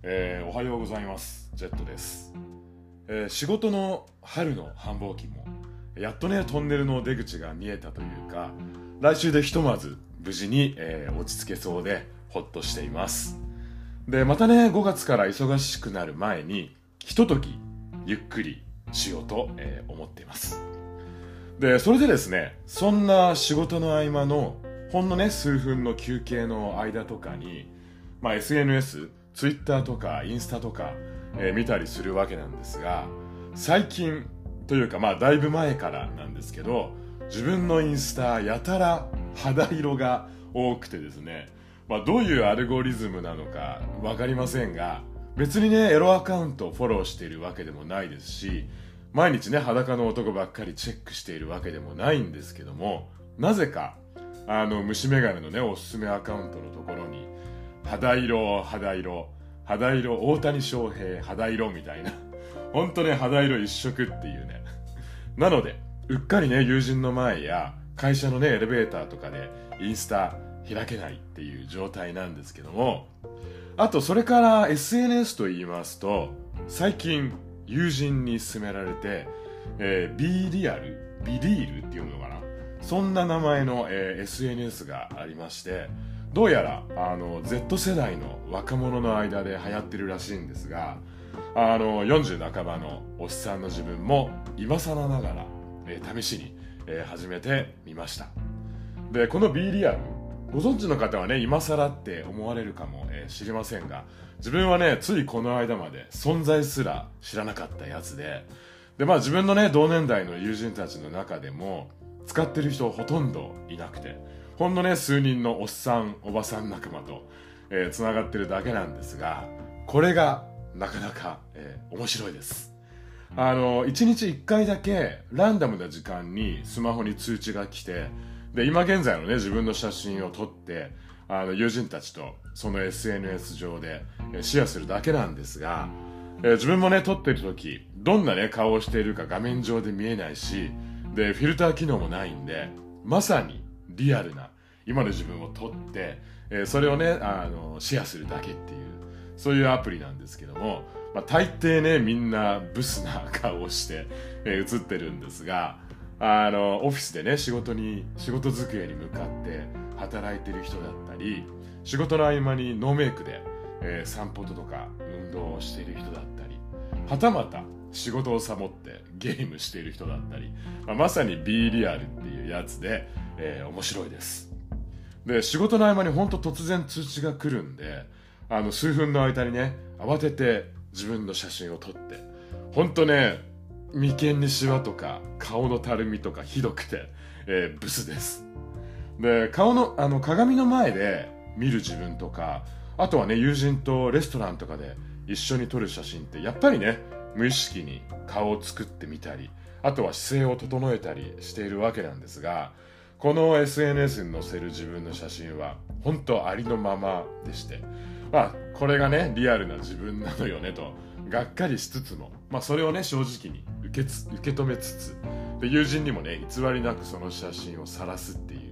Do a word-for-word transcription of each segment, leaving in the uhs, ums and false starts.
えー、おはようございます。ジェットです。えー、仕事の春の繁忙期もやっとねトンネルの出口が見えたというか、来週でひとまず無事に、えー、落ち着けそうでほっとしています。でまたねごがつから忙しくなる前にひとときゆっくりしようと、えー、思っています。でそれでですね、そんな仕事の合間のほんのね数分の休憩の間とかに、まあ、エスエヌエス、ツイッターとかインスタとか、えー、見たりするわけなんですが、最近というかまあだいぶ前からなんですけど、自分のインスタやたら肌色が多くてですね、まあ、どういうアルゴリズムなのか分かりませんが、別にねエロアカウントをフォローしているわけでもないですし、毎日ね裸の男ばっかりチェックしているわけでもないんですけども、なぜかあの虫眼鏡のねおすすめアカウントのところに肌色肌色肌色大谷翔平肌色みたいな本当ね肌色一色っていうねなのでうっかりね友人の前や会社のねエレベーターとかでインスタ開けないっていう状態なんですけども、あとそれから エスエヌエス と言いますと、最近友人に勧められて、えー、B リアル B リールっていうのかな、そんな名前の、えー、エスエヌエス がありまして、どうやらあの Z 世代の若者の間で流行ってるらしいんですが、あのよんじゅう半ばのおっさんの自分も今更ながら、えー、試しに、えー、始めてみました。でこの B リアルご存知の方はね今更って思われるかも、えー、知りませんが、自分はねついこの間まで存在すら知らなかったやつで、でまあ自分のね同年代の友人たちの中でも使ってる人ほとんどいなくて、ほんのね数人のおっさんおばさん仲間と、えー、つながってるだけなんですが、これがなかなか、えー、面白いです。あのいちにちいっかいだけランダムな時間にスマホに通知が来て、で今現在のね自分の写真を撮ってあの友人たちとその エスエヌエス 上でシェアするだけなんですが、えー、自分もね撮ってる時どんなね顔をしているか画面上で見えないし、でフィルター機能もないんで、まさにリアルな今の自分を撮って、えー、それをねあのシェアするだけっていう、そういうアプリなんですけども、まあ、大抵ねみんなブスな顔をして、えー、写ってるんですが、あのオフィスでね仕事に仕事机に向かって働いてる人だったり、仕事の合間にノーメイクで、えー、散歩とか運動をしている人だったり、はたまた仕事をサボってゲームしている人だったり、まあ、まさに B リアルっていうやつで、えー、面白いです。で仕事の合間に本当突然通知が来るんで、あの数分の間にね慌てて自分の写真を撮って、本当ね眉間にシワとか顔のたるみとかひどくて、えー、ブスです。で顔のあの鏡の前で見る自分とか、あとはね友人とレストランとかで一緒に撮る写真ってやっぱりね無意識に顔を作ってみたり、あとは姿勢を整えたりしているわけなんですが、この エスエヌエス に載せる自分の写真は本当ありのままでして、まあこれがねリアルな自分なのよねとがっかりしつつも、まあ、それをね正直に受けつ受け止めつつ、で友人にもね偽りなくその写真を晒すっていう、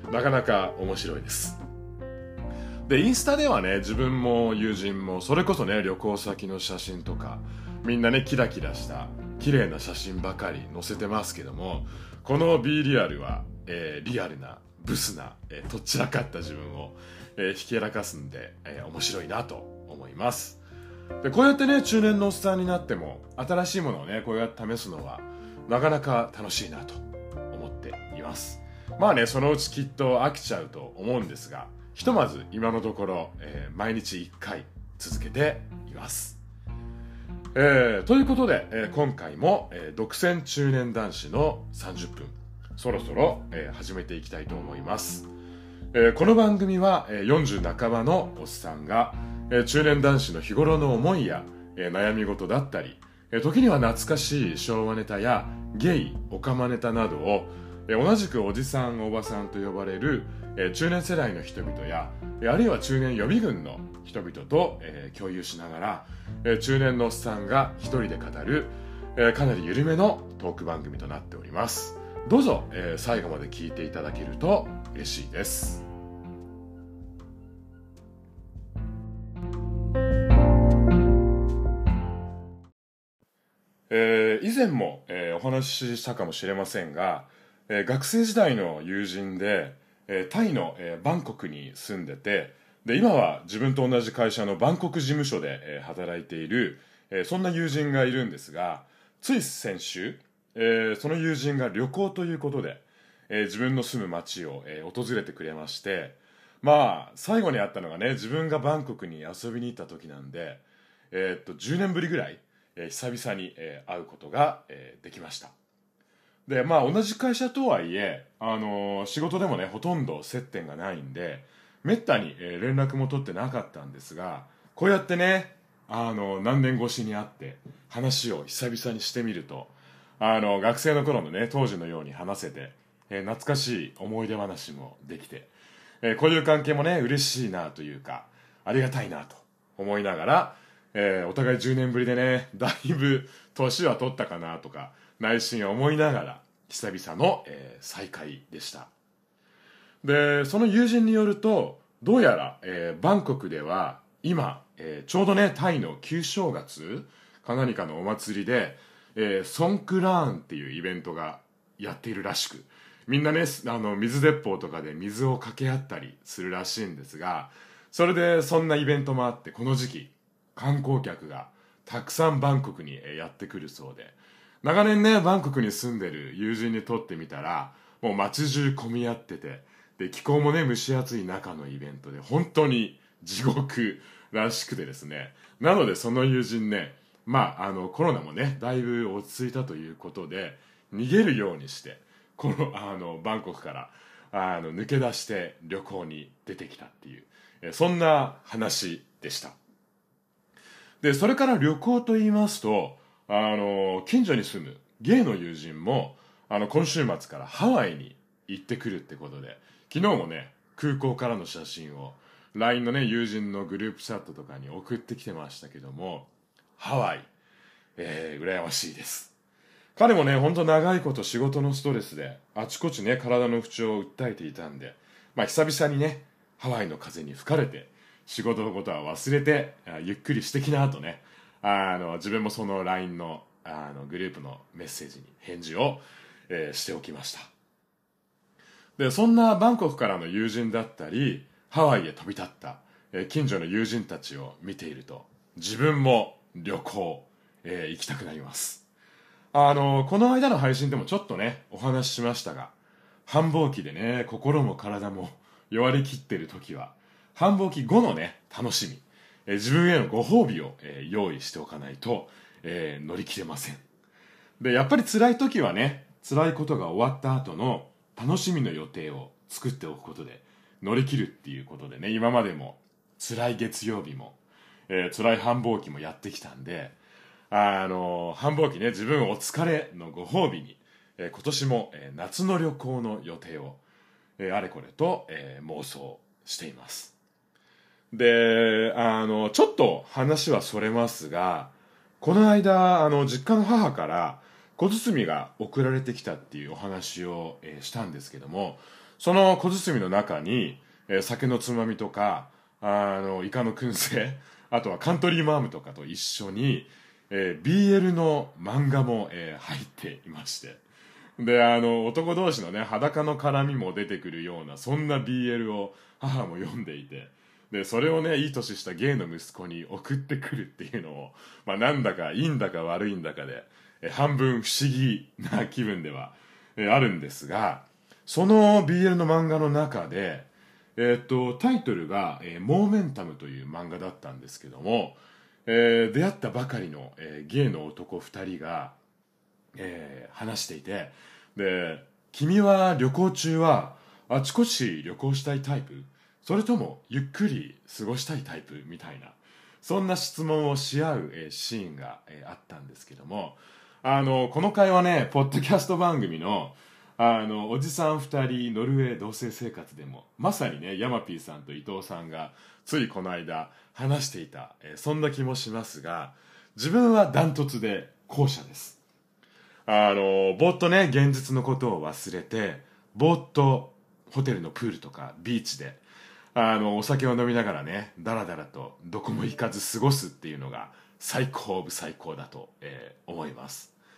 なかなか面白いです。でインスタではね自分も友人もそれこそね旅行先の写真とか、みんなねキラキラした綺麗な写真ばかり載せてますけども、この B リアルは、えー、リアルなブスな、えー、とっちらかった自分を、えー、ひけらかすんで、えー、面白いなと思います。でこうやってね中年のおっさんになっても新しいものをねこうやって試すのはなかなか楽しいなと思っています。まあねそのうちきっと飽きちゃうと思うんですが、ひとまず今のところ、えー、毎日いっかい続けています。えー、ということで、えー、今回も、えー、独占中年男子のさんじゅっぷんそろそろ、えー、始めていきたいと思います。えー、この番組は、えー、よんじゅう半ばのおっさんが、えー、中年男子の日頃の思いや、えー、悩み事だったり、えー、時には懐かしい昭和ネタやゲイオカマネタなどを、えー、同じくおじさんおばさんと呼ばれる、えー、中年世代の人々や、えー、あるいは中年予備軍の人々と、えー、共有しながら、えー、中年のおっさんが一人で語る、えー、かなり緩めのトーク番組となっております。どうぞ、えー、最後まで聞いていただけると嬉しいです。 前も、えーお話ししたかもしれませんが、えー学生時代の友人で、えータイの、えーバンコクに住んでて、で今は自分と同じ会社のバンコク事務所で、えー働いている、えーそんな友人がいるんですが、つい先週、えーその友人が旅行ということで、えー自分の住む町を、えー訪れてくれまして、まあ最後に会ったのがね、自分がバンコクに遊びに行った時なんで、えーっとじゅうねんぶりぐらい、えー久々に、えー会うことが、えーできました。でまあ同じ会社とはいえ、あのー仕事でもねほとんど接点がないんで、めったに、えー連絡も取ってなかったんですが、こうやってね、あの何年越しに会って話を久々にしてみると、あの学生の頃のね当時のように話せて、えー懐かしい思い出話もできて、えーこういう関係もね嬉しいなというか、ありがたいなと思いながら、えーお互いじゅうねんぶりでね、だいぶ年は取ったかなとか内心思いながら久々の、えー再会でした。でその友人によると、どうやら、えーバンコクでは今、えーちょうどねタイの旧正月か何かのお祭りで、えーソンクラーンっていうイベントがやっているらしく、みんなねあの水鉄砲とかで水をかけ合ったりするらしいんですが、それでそんなイベントもあって、この時期観光客がたくさんバンコクにえーやってくるそうで、長年ねバンコクに住んでる友人にとってみたら、もう街中混み合ってて、で気候もね蒸し暑い中のイベントで本当に地獄らしくてですね、なのでその友人ね、まああのコロナもねだいぶ落ち着いたということで、逃げるようにしてこのあのバンコクからあの抜け出して旅行に出てきたっていう、えそんな話でした。でそれから旅行と言いますと、あの近所に住むゲイの友人もあの今週末からハワイに行ってくるってことで、昨日もね空港からの写真を ライン のね友人のグループチャットとかに送ってきてましたけども、ハワイ、えー、羨ましいです。彼もねほんと長いこと仕事のストレスであちこちね体の不調を訴えていたんで、まあ久々にねハワイの風に吹かれて、仕事のことは忘れてゆっくりしてきなとね、あの自分もその ライン の, あのグループのメッセージに返事を、えーしておきました。でそんなバンコクからの友人だったりハワイへ飛び立った、えー近所の友人たちを見ていると、自分も旅行、えー行きたくなります。あのこの間の配信でもちょっとねお話ししましたが、繁忙期でね心も体も弱りきっている時は繁忙期後のね楽しみ、えー自分へのご褒美を、えー用意しておかないと、えー乗り切れません。でやっぱり辛い時はね、辛いことが終わった後の楽しみの予定を作っておくことで乗り切るっていうことでね、今までも辛い月曜日も、えー辛い繁忙期もやってきたんで、あの繁忙期ね自分お疲れのご褒美に、えー今年も、えー夏の旅行の予定を、えーあれこれと、えー妄想しています。であのちょっと話はそれますが、この間あの実家の母から小包が送られてきたっていうお話を、えーしたんですけども、その小包の中に、えー酒のつまみとかあのイカの燻製、あとはカントリーマームとかと一緒に、えー ビーエル の漫画も、えー入っていまして、であの男同士のね裸の絡みも出てくるような、そんな ビーエル を母も読んでいて、でそれをねいい年したゲイの息子に送ってくるっていうのを、まあ、なんだかいいんだか悪いんだかで、え半分不思議な気分では、えあるんですが、その ビーエル の漫画の中で、えーっとタイトルが、えーモーメンタム」という漫画だったんですけども、えー出会ったばかりの、えーゲイの男ふたりが、えー話していて、で君は旅行中はあちこち旅行したいタイプ、それともゆっくり過ごしたいタイプみたいな、そんな質問をし合う、えーシーンが、えーあったんですけども、あのこの会話ねポッドキャスト番組のあのおじさんふたりノルウェー同棲生活でもまさにねヤマピーさんと伊藤さんがついこの間話していた、えーそんな気もしますが、自分はダントツで後者です。あのぼーっとね現実のことを忘れて、ぼーっとホテルのプールとかビーチであのお酒を飲みながらねダラダラとどこも行かず過ごすっていうのが最高オブ最高だと、えー思います。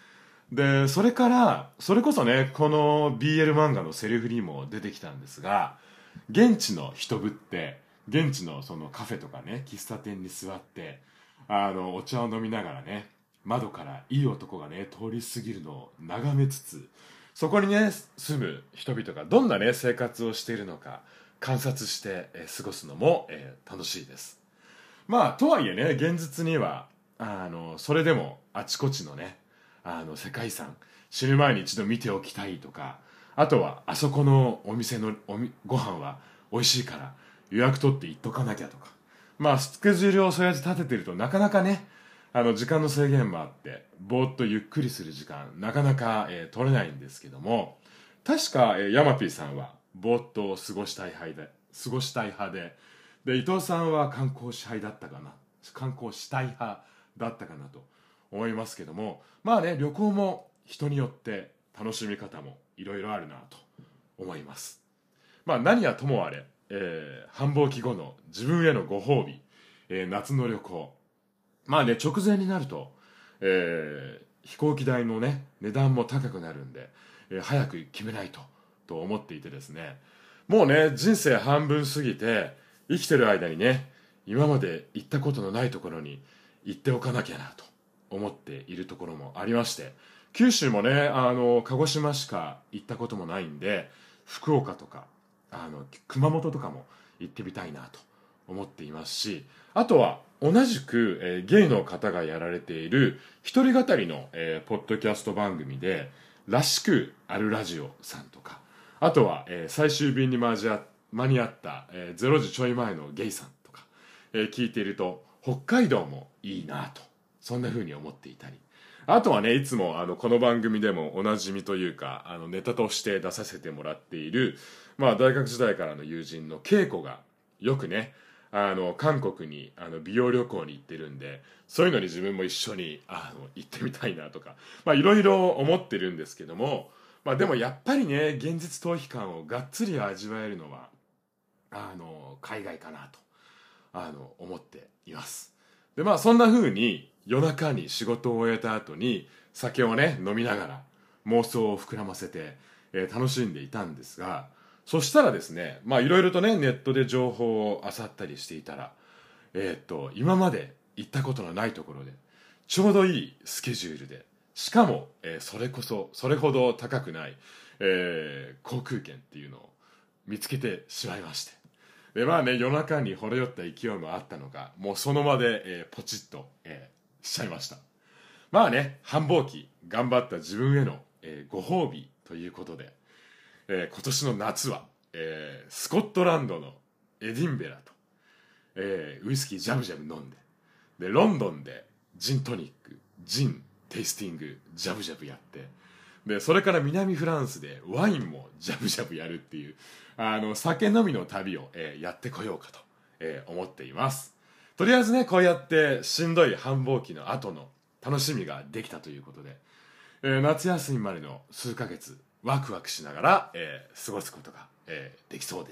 でそれからそれこそねこの ビーエル 漫画のセリフにも出てきたんですが、現地の人ぶって現地のそのカフェとかね喫茶店に座ってあのお茶を飲みながらね、窓からいい男がね通り過ぎるのを眺めつつ、そこにね住む人々がどんなね生活をしているのか観察して、えー過ごすのも、えー楽しいです。まあとはいえね現実にはあのそれでもあちこちのねあの世界遺産死ぬ前に一度見ておきたいとか、あとはあそこのお店のおみご飯は美味しいから予約取って行っとかなきゃとか、まあスケジュールをそうやって立ててるとなかなかねあの時間の制限もあってぼーっとゆっくりする時間なかなか、えー取れないんですけども、確か、えー、ヤマピーさんはぼーっと過ごしたい派で過ごしたい派でで伊藤さんは観光し派だったかな観光したい派だったかなと思いますけども、まあね旅行も人によって楽しみ方もいろいろあるなと思います。まあ何はともあれ、えー繁忙期後の自分へのご褒美、えー夏の旅行、まあね直前になると、えー飛行機代のね値段も高くなるんで、えー早く決めないとと思っていてですね、もうね人生半分過ぎて生きてる間にね今まで行ったことのないところに行っておかなきゃなと思っているところもありまして、九州もねあの鹿児島しか行ったこともないんで、福岡とかあの熊本とかも行ってみたいなと思っていますし、あとは同じく、えーゲイの方がやられている一人語りの、えーポッドキャスト番組でらしくあるラジオさんとか、あとは、えー最終便に間に合間に合った、えー、ゼロじちょい前のゲイさんとか、えー聞いていると北海道もいいなとそんな風に思っていたり、あとはねいつもあのこの番組でもおなじみというかあのネタとして出させてもらっている、まあ、大学時代からの友人の恵子がよくねあの韓国にあの美容旅行に行ってるんで、そういうのに自分も一緒にあの行ってみたいなとか、まあいろいろ思ってるんですけども、まあでもやっぱりね現実逃避感をがっつり味わえるのはあの海外かなとあの思っています。でまあそんな風に夜中に仕事を終えた後に酒をね飲みながら妄想を膨らませて、えー楽しんでいたんですが、そしたらですねまあいろいろとねネットで情報を漁ったりしていたら、えーっと今まで行ったことのないところでちょうどいいスケジュールで、しかも、えーそれこそそれほど高くない、えー航空券っていうのを見つけてしまいまして、でまあね夜中に惚れ寄った勢いもあったのか、もうその場で、えーポチッと、えーしちゃいました。まあね繁忙期頑張った自分への、えーご褒美ということで、えー今年の夏は、えースコットランドのエディンベラと、えーウイスキージャブジャブ飲んで、でロンドンでジントニックジンテイスティングジャブジャブやって、でそれから南フランスでワインもジャブジャブやるっていうあの酒飲みの旅を、えーやってこようかと、えー思っています。とりあえずねこうやってしんどい繁忙期の後の楽しみができたということで、えー夏休みまでの数ヶ月ワクワクしながら、えー過ごすことが、えーできそうです。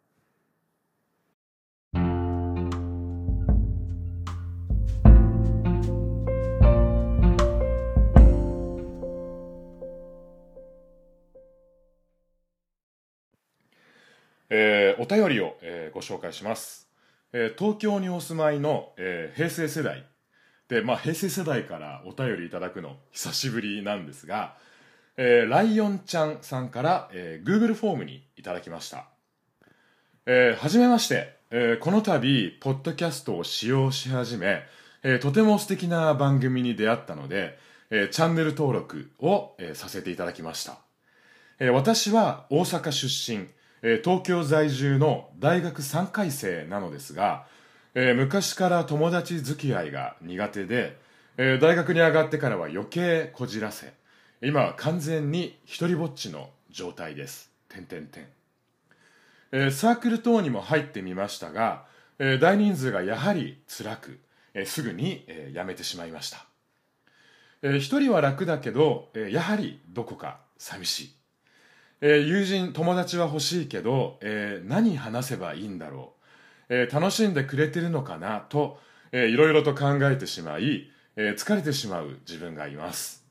えーお便りを、えーご紹介します。えー東京にお住まいの、えー平成世代で、まあ、平成世代からお便りいただくの久しぶりなんですが、えーライオンちゃんさんから、えー Google フォームにいただきました。えーはじめまして、えーこの度ポッドキャストを使用し始め、えーとても素敵な番組に出会ったので、えーチャンネル登録を、えーさせていただきました。えー私は大阪出身、えー東京在住の大学さんかい生なのですが、えー昔から友達付き合いが苦手で、えー大学に上がってからは余計こじらせ、今は完全に一人ぼっちの状態です。てんてんてん。えーサークル等にも入ってみましたが、えー大人数がやはり辛く、えーすぐに、えー辞めてしまいました。えー一人は楽だけど、えーやはりどこか寂しい。えー友人友達は欲しいけど、えー何話せばいいんだろう、えー楽しんでくれてるのかなと、えーいろいろと考えてしまい、えー疲れてしまう自分がいます。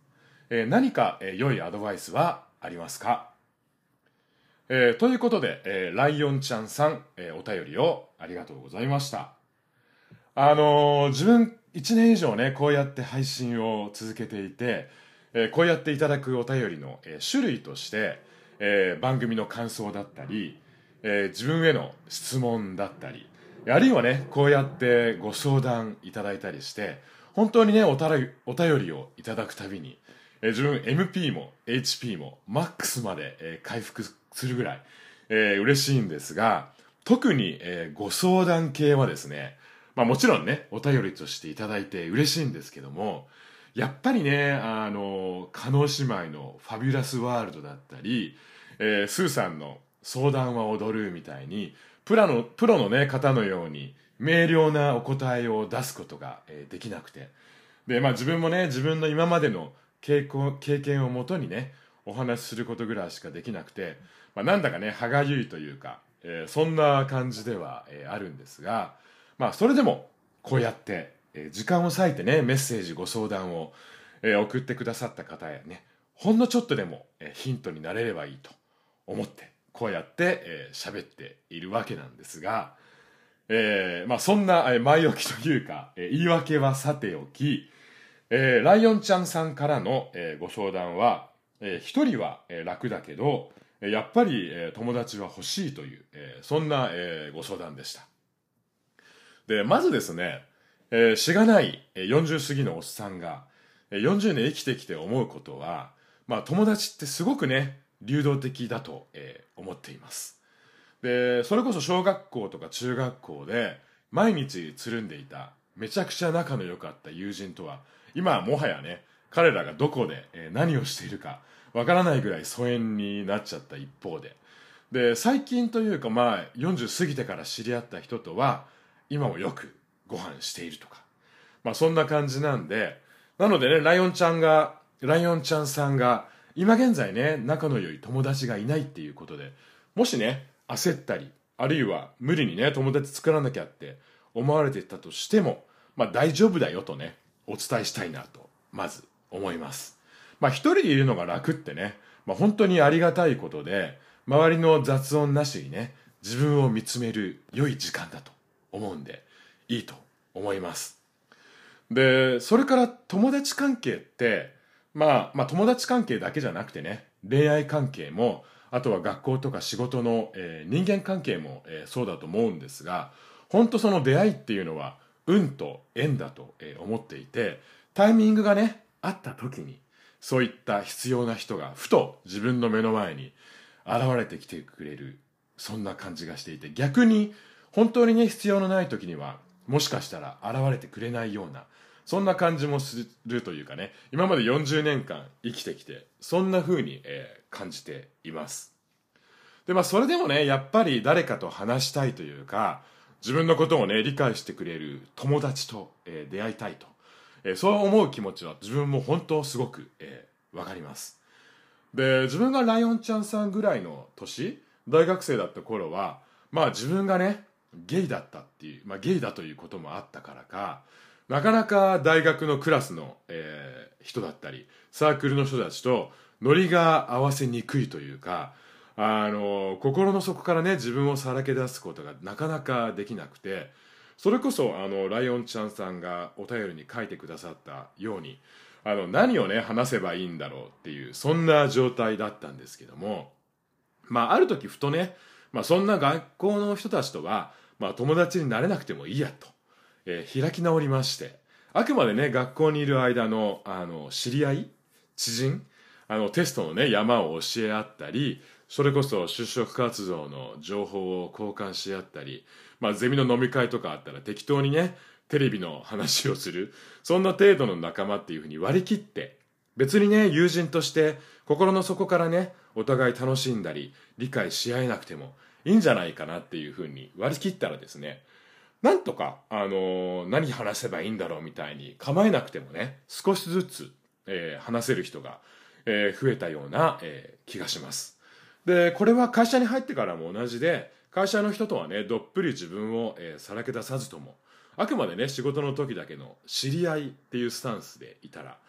えー、何か、えー、良いアドバイスはありますか？えー、ということで、えー、ライオンちゃんさん、えー、お便りをありがとうございました。あのー、自分いちねん以上ね、こうやって配信を続けていて、えー、こうやっていただくお便りの、えー、種類として、えー、番組の感想だったり、えー、自分への質問だったり、あるいはね、こうやってご相談いただいたりして、本当にね、おたらお便りをいただくたびに、えー、自分 エムピー も エイチピー もマックスまで、えー、回復するぐらい、えー、嬉しいんですが、特に、えー、ご相談系はですね、まあもちろんね、お便りとしていただいて嬉しいんですけども、やっぱりね、あの、叶姉妹のファビュラスワールドだったり、えー、スーさんの相談は踊るみたいに、プロの、プロのね、方のように、明瞭なお答えを出すことが、えー、できなくて。で、まあ自分もね、自分の今までの経経験をもとにね、お話しすることぐらいしかできなくて、まあなんだかね、歯がゆいというか、えー、そんな感じでは、えー、あるんですが、まあそれでも、こうやって、えー、時間を割いてね、メッセージご相談を、えー、送ってくださった方やね、ほんのちょっとでも、えー、ヒントになれればいいと思って、こうやってえー、喋っているわけなんですが、えー、まあそんな、えー、前置きというか、えー、言い訳はさておき、えー、ライオンちゃんさんからの、えー、ご相談は、えー、一人は、えー、楽だけど、やっぱり、えー、友達は欲しいという、えー、そんな、えー、ご相談でした。で、まずですね、えー、しがないよんじゅう過ぎのおっさんが、よんじゅうねん生きてきて思うことは、まあ友達ってすごくね、流動的だと、えー、思っています。で、それこそ小学校とか中学校で毎日つるんでいためちゃくちゃ仲の良かった友人とは、今はもはやね、彼らがどこで、えー、何をしているかわからないぐらい疎遠になっちゃった一方で、で、最近というかまあよんじゅう過ぎてから知り合った人とは、今もよくご飯しているとか、まあそんな感じなんで、なのでね、ライオンちゃんが、ライオンちゃんさんが、今現在ね、仲の良い友達がいないっていうことで、もしね、焦ったり、あるいは無理にね、友達作らなきゃって思われていたとしても、まあ大丈夫だよとね、お伝えしたいなと、まず思います。まあ一人でいるのが楽ってね、まあ本当にありがたいことで、周りの雑音なしにね、自分を見つめる良い時間だと思うんで、いいと思います。で、それから友達関係って、まあ、まあ友達関係だけじゃなくてね、恋愛関係も、あとは学校とか仕事の、えー、人間関係も、えー、そうだと思うんですが、本当その出会いっていうのは運と縁だと、えー、思っていて、タイミングがね、あった時に、そういった必要な人がふと自分の目の前に現れてきてくれる、そんな感じがしていて、逆に本当にね、必要のない時には、もしかしたら現れてくれないような、そんな感じもするというかね、今までよんじゅうねんかん生きてきて、そんな風に、えー、感じています。で、まあそれでもね、やっぱり誰かと話したいというか、自分のことをね、理解してくれる友達と、えー、出会いたいと、えー、そう思う気持ちは自分も本当すごく、えー、わかります。で、自分がライオンちゃんさんぐらいの年、大学生だった頃は、まあ自分がね、ゲイだったっていう、まあゲイだということもあったからか、なかなか大学のクラスの、えー、人だったり、サークルの人たちとノリが合わせにくいというか、あの、心の底からね、自分をさらけ出すことがなかなかできなくて、それこそ、あの、ライオンちゃんさんがお便りに書いてくださったように、あの、何をね、話せばいいんだろうっていう、そんな状態だったんですけども、まあ、ある時ふとね、まあ、そんな学校の人たちとは、まあ、友達になれなくてもいいやと。えー、開き直りまして、あくまでね、学校にいる間の、あの、知り合い、知人、あの、テストのね、山を教え合ったり、それこそ就職活動の情報を交換し合ったり、まあ、ゼミの飲み会とかあったら適当にね、テレビの話をする、そんな程度の仲間っていうふうに割り切って、別にね、友人として心の底からね、お互い楽しんだり、理解し合えなくてもいいんじゃないかなっていうふうに割り切ったらですね、なんとか、あのー、何話せばいいんだろうみたいに構えなくてもね、少しずつ、えー、話せる人が、えー、増えたような、えー、気がします。で、これは会社に入ってからも同じで、会社の人とはね、どっぷり自分を、えー、さらけ出さずとも、あくまでね、仕事の時だけの知り合いっていうスタンスでいたら、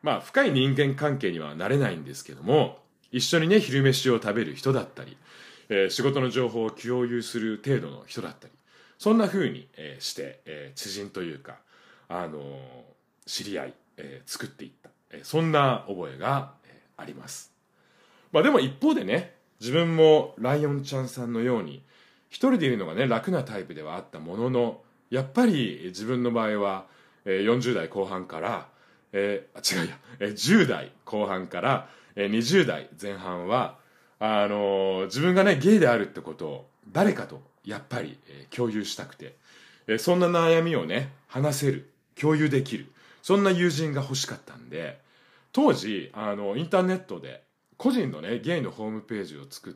まあ深い人間関係にはなれないんですけども、一緒にね昼飯を食べる人だったり、えー、仕事の情報を共有する程度の人だったり、そんな風に、えー、して、えー、知人というか、あのー、知り合い、えー、作っていった、えー、そんな覚えが、えー、あります。まあでも一方でね、自分もライオンちゃんさんのように一人でいるのがね楽なタイプではあったものの、やっぱり自分の場合は、えー、よんじゅう代後半から、えー、違うや、えー、じゅう代後半から、えー、にじゅう代前半はあのー、自分がねゲイであるってことを誰かとやっぱり、えー、共有したくて、えー、そんな悩みをね話せる、共有できる、そんな友人が欲しかったんで、当時あのインターネットで個人のねゲイのホームページを作って、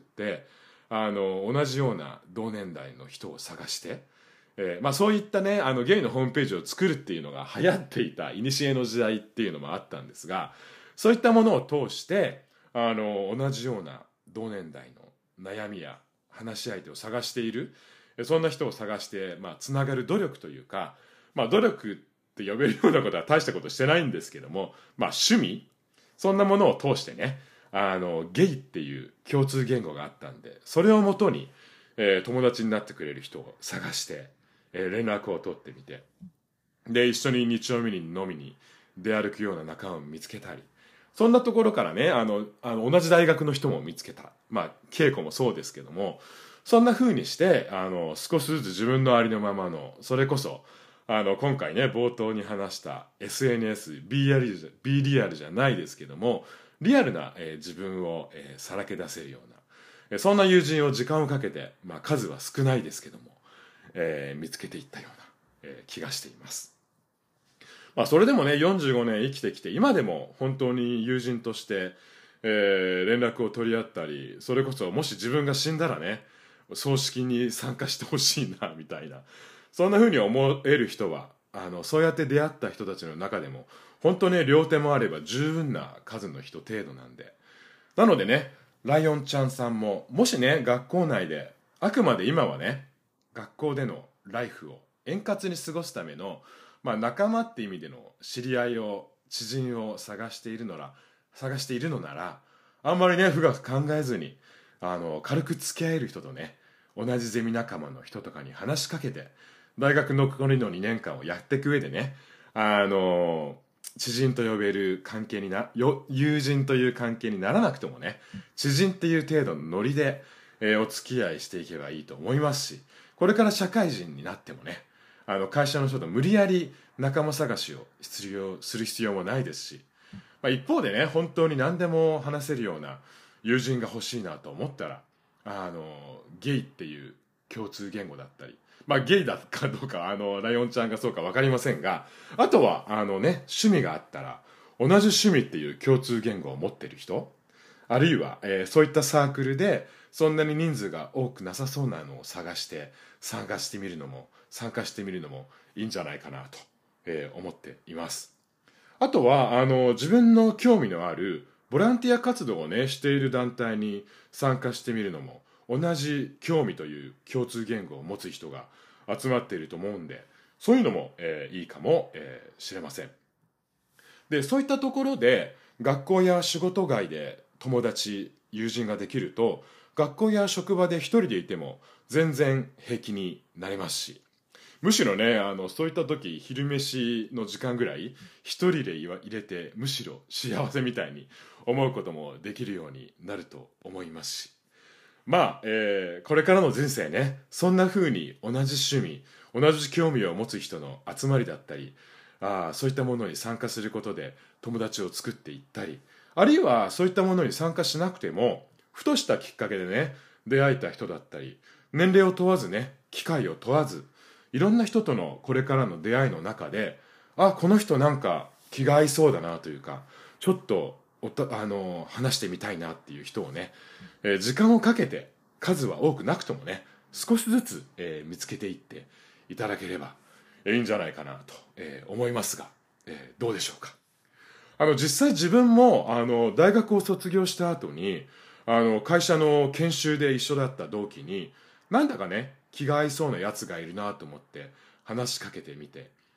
あの同じような同年代の人を探して、えーまあ、そういったねあのゲイのホームページを作るっていうのが流行っていた古の時代っていうのもあったんですが、そういったものを通してあの同じような同年代の悩みや話し相手を探している、そんな人を探して、まあ、つながる努力というか、まあ、努力って呼べるようなことは大したことしてないんですけども、まあ、趣味、そんなものを通してね、あのゲイっていう共通言語があったんで、それをもとに、えー、友達になってくれる人を探して、えー、連絡を取ってみて、で一緒に日曜日に飲みに出歩くような仲間を見つけたり、そんなところからねあのあの同じ大学の人も見つけた、まあ稽古もそうですけども、そんな風にしてあの少しずつ自分のありのままの、それこそあの今回ね冒頭に話した エスエヌエス B リアル、B リアルじゃないですけども、リアルな、えー、自分を、えー、さらけ出せるような、えー、そんな友人を時間をかけて、まあ、数は少ないですけども、えー、見つけていったような、えー、気がしています。まあ、それでもねよんじゅうごねん生きてきて、今でも本当に友人として、えー、連絡を取り合ったり、それこそもし自分が死んだらね葬式に参加してほしいなみたいな、そんな風に思える人はあのそうやって出会った人たちの中でも本当ね両手もあれば十分な数の人程度なんで、なのでねライオンちゃんさんももしね学校内で、あくまで今はね学校でのライフを円滑に過ごすための、まあ、仲間って意味での知り合いを、知人を探しているのら探しているのなら、あんまりね深く考えずにあの軽く付き合える人とね、同じゼミ仲間の人とかに話しかけて、大学の残りのにねんかんをやっていく上でね、あの知人と呼べる関係にな、友人という関係にならなくてもね、知人っていう程度のノリで、えー、お付き合いしていけばいいと思いますし、これから社会人になってもね、あの会社の人と無理やり仲間探しを必要する必要もないですし、まあ、一方でね本当に何でも話せるような友人が欲しいなと思ったら、あのゲイっていう共通言語だったり、まあゲイだかどうかあのライオンちゃんがそうか分かりませんが、あとはあのね趣味があったら同じ趣味っていう共通言語を持ってる人、あるいは、えー、そういったサークルでそんなに人数が多くなさそうなのを探して参加してみるのも参加してみるのもいいんじゃないかなと、えー、思っています。あとはあの自分の興味のあるボランティア活動をねしている団体に参加してみるのも、同じ興味という共通言語を持つ人が集まっていると思うんで、そういうのも、えー、いいかも、えー、しれません。でそういったところで学校や仕事外で友達友人ができると、学校や職場で一人でいても全然平気になれますし、むしろねあのそういった時昼飯の時間ぐらい一人で入れて、むしろ幸せみたいに思うこともできるようになると思いますし、まあ、えー、これからの人生ね、そんな風に同じ趣味同じ興味を持つ人の集まりだったり、あそういったものに参加することで友達を作っていったり、あるいはそういったものに参加しなくてもふとしたきっかけでね出会えた人だったり、年齢を問わずね機会を問わず、いろんな人とのこれからの出会いの中で、あこの人なんか気が合いそうだなというか、ちょっとおたあの話してみたいなっていう人をね、えー、時間をかけて、数は多くなくともね少しずつ、えー、見つけていっていただければいいんじゃないかなと、えー、思いますが、えー、どうでしょうか。あの実際自分もあの大学を卒業した後にあの会社の研修で一緒だった同期に、なんだかね気が合いそうなやつがいるなと思って話しかけてみて、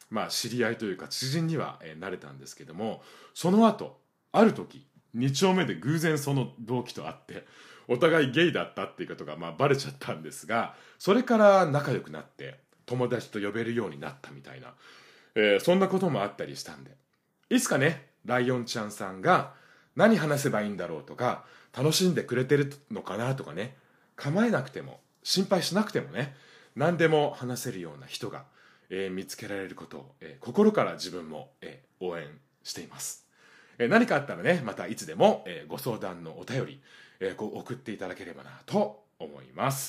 まあ知り合いというか知人には、えー、なれたんですけども、その後ある時に丁目で偶然その同期と会ってお互いゲイだったっていうことがまあバレちゃったんですが、それから仲良くなって友達と呼べるようになったみたいな、えー、そんなこともあったりしたんで、いつかねライオンちゃんさんが何話せばいいんだろうとか、楽しんでくれてるのかなとかね、構えなくても心配しなくてもね、何でも話せるような人が、えー、見つけられることを、えー、心から自分も、えー、応援しています。えー、何かあったらね、またいつでも、えー、ご相談のお便り、えー、こう送っていただければなと思います。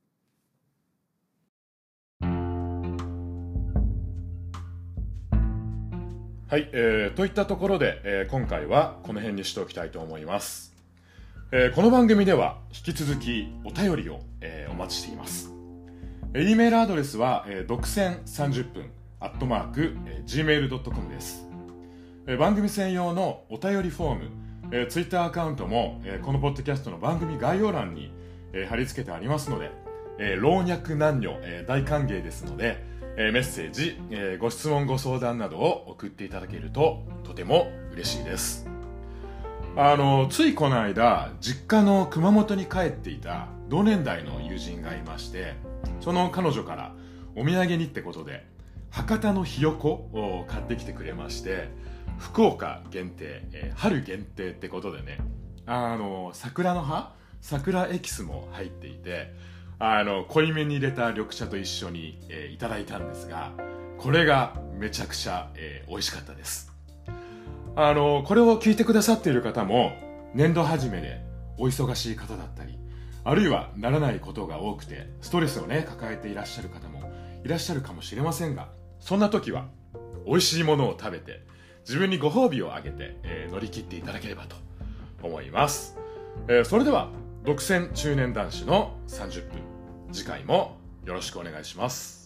はい、えー、といったところで、えー、今回はこの辺にしておきたいと思います。えー、この番組では引き続きお便りを、えー、お待ちしています。えー、E メールアドレスは、えー、独占さんじゅっぷんアットマーク、えー、ジーメールドットコム です。えー、番組専用のお便りフォーム、えー、ツイッターアカウントも、えー、このポッドキャストの番組概要欄に、えー、貼り付けてありますので、えー、老若男女、えー、大歓迎ですので、えー、メッセージ、えー、ご質問ご相談などを送っていただけるととても嬉しいです。あのついこの間実家の熊本に帰っていた同年代の友人がいまして、その彼女からお土産にってことで博多のひよこを買ってきてくれまして、福岡限定、えー、春限定ってことでね、あの桜の葉桜エキスも入っていて、あの濃いめに入れた緑茶と一緒に、えー、いただいたんですが、これがめちゃくちゃ、えー、美味しかったです。あのこれを聞いてくださっている方も年度始めでお忙しい方だったり、あるいはならないことが多くてストレスをね抱えていらっしゃる方もいらっしゃるかもしれませんが、そんな時は美味しいものを食べて自分にご褒美をあげて、えー、乗り切っていただければと思います。えー、それでは独占中年男子のさんじゅっぷん、次回もよろしくお願いします。